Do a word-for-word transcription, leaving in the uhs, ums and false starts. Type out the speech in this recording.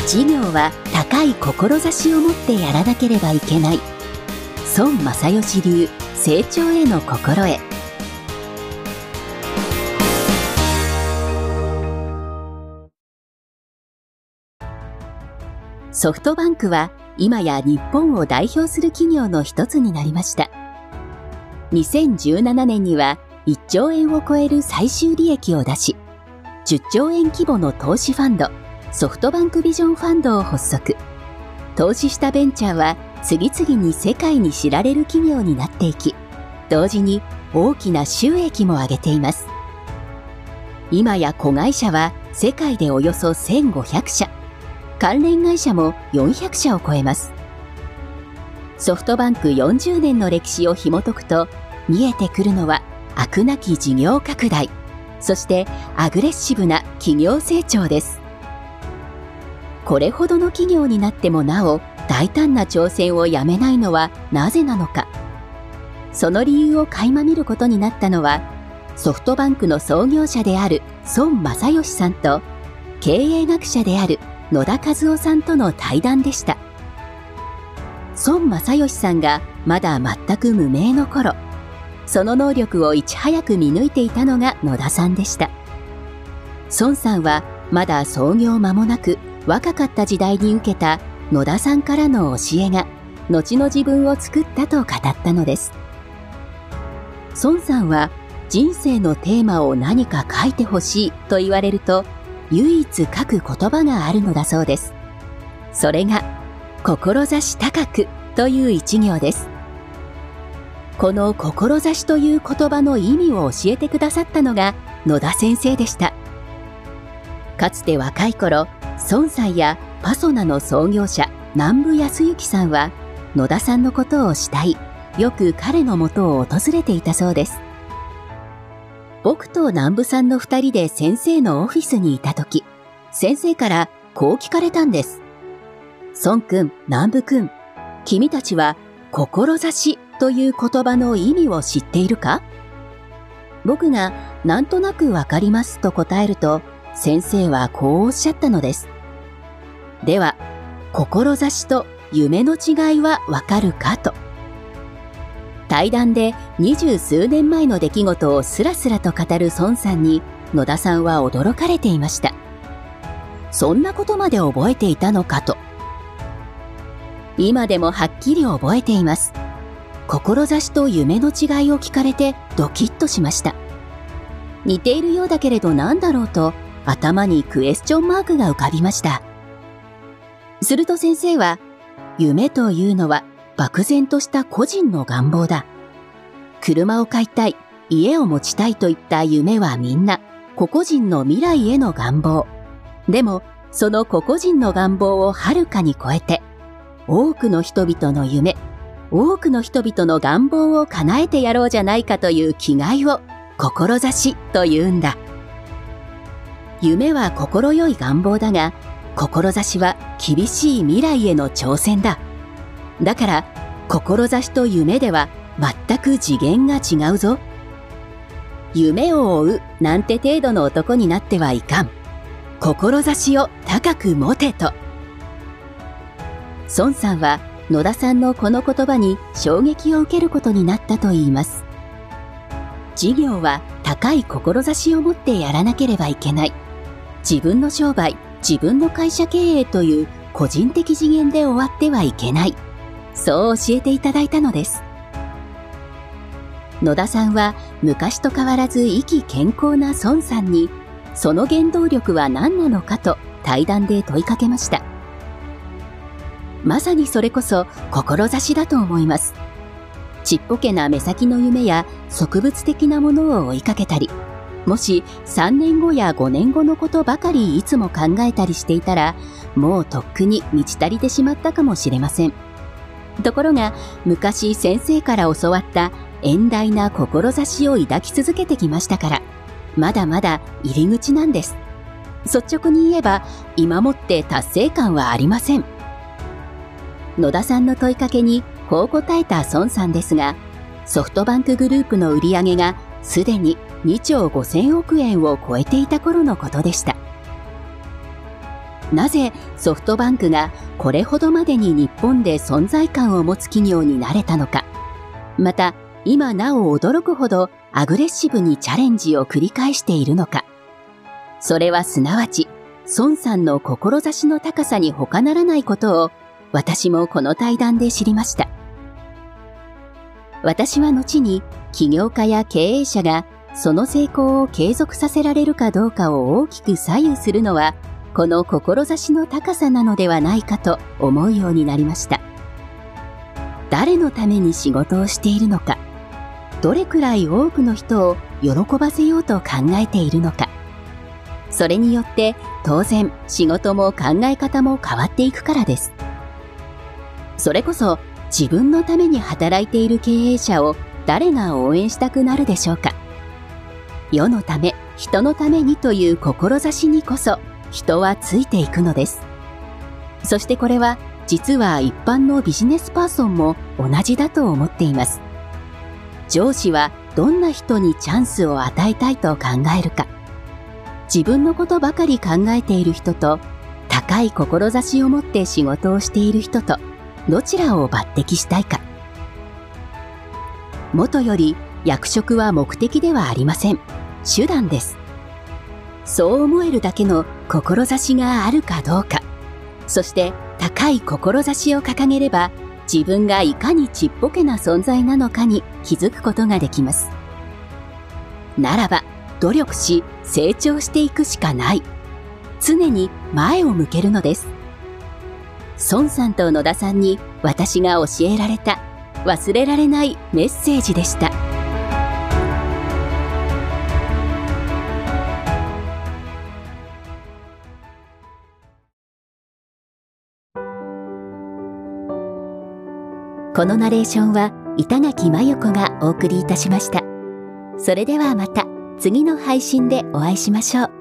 事業は高い志を持ってやらなければいけない。孫正義流成長への心得。ソフトバンクは今や日本を代表する企業の一つになりました。にせんじゅうななねんにはいっちょうえんを超える最終利益を出し、じゅっちょうえん規模の投資ファンド、ソフトバンクビジョンファンドを発足。投資したベンチャーは次々に世界に知られる企業になっていき、同時に大きな収益も上げています。今や子会社は世界でおよそせんごひゃくしゃ、関連会社もよんひゃくしゃを超えます。ソフトバンクよんじゅうねんの歴史を紐解くと、見えてくるのは飽くなき事業拡大、そしてアグレッシブな企業成長です。これほどの企業になってもなお大胆な挑戦をやめないのはなぜなのか。その理由を垣間見ることになったのは、ソフトバンクの創業者である孫正義さんと経営学者である野田和夫さんとの対談でした。孫正義さんがまだ全く無名の頃、その能力をいち早く見抜いていたのが野田さんでした。孫さんはまだ創業間もなく若かった時代に受けた野田さんからの教えが後の自分を作ったと語ったのです。孫さんは人生のテーマを何か書いてほしいと言われると唯一書く言葉があるのだそうです。それが志高くという一行です。この志という言葉の意味を教えてくださったのが野田先生でした。かつて若い頃、孫さんやパソナの創業者南部康之さんは野田さんのことを慕い、よく彼のもとを訪れていたそうです。僕と南部さんの二人で先生のオフィスにいたとき、先生からこう聞かれたんです。孫くん、南部くん、君たちは志という言葉の意味を知っているか？僕がなんとなくわかりますと答えると、先生はこうおっしゃったのです。では、志と夢の違いはわかるかと。対談で二十数年前の出来事をスラスラと語る孫さんに野田さんは驚かれていました。そんなことまで覚えていたのかと。今でもはっきり覚えています。志と夢の違いを聞かれてドキッとしました。似ているようだけれど何だろうと頭にクエスチョンマークが浮かびました。すると先生は、夢というのは漠然とした個人の願望だ。車を買いたい、家を持ちたいといった夢はみんな個々人の未来への願望。でもその個々人の願望をはるかに超えて、多くの人々の夢、多くの人々の願望を叶えてやろうじゃないかという気概を志というんだ。夢は心よい願望だが、志は厳しい未来への挑戦だ。だから、志と夢では全く次元が違うぞ。夢を追うなんて程度の男になってはいかん。志を高く持てと。孫さんは野田さんのこの言葉に衝撃を受けることになったといいます。事業は高い志を持ってやらなければいけない。自分の商売、自分の会社経営という個人的次元で終わってはいけない。そう教えていただいたのです。野田さんは昔と変わらず意気健康な孫さんに、その原動力は何なのかと対談で問いかけました。まさにそれこそ志だと思います。ちっぽけな目先の夢や植物的なものを追いかけたり、もしさんねんごやごねんごのことばかりいつも考えたりしていたら、もうとっくに満ち足りてしまったかもしれません。ところが昔先生から教わった遠大な志を抱き続けてきましたから、まだまだ入り口なんです。率直に言えば今もって達成感はありません。野田さんの問いかけにこう答えた孫さんですが、ソフトバンクグループの売り上げがすでににちょうごせんおくえんを超えていた頃のことでした。 なぜソフトバンクがこれほどまでに日本で存在感を持つ企業になれたのか。また、今なお驚くほどアグレッシブにチャレンジを繰り返しているのか。それはすなわち、孫さんの志の高さに他ならないことを、私もこの対談で知りました。私は後に起業家や経営者がその成功を継続させられるかどうかを大きく左右するのは、この志の高さなのではないかと思うようになりました。誰のために仕事をしているのか、どれくらい多くの人を喜ばせようと考えているのか、それによって当然仕事も考え方も変わっていくからです。それこそ自分のために働いている経営者を誰が応援したくなるでしょうか。世のため、人のためにという志にこそ人はついていくのです。そしてこれは実は一般のビジネスパーソンも同じだと思っています。上司はどんな人にチャンスを与えたいと考えるか。自分のことばかり考えている人と、高い志を持って仕事をしている人と、どちらを抜擢したいか。もとより役職は目的ではありません。手段です。そう思えるだけの志があるかどうか。そして高い志を掲げれば、自分がいかにちっぽけな存在なのかに気づくことができます。ならば、努力し成長していくしかない。常に前を向けるのです。孫さんと野田さんに私が教えられた忘れられないメッセージでした。このナレーションは板垣真由子がお送りいたしました。それではまた次の配信でお会いしましょう。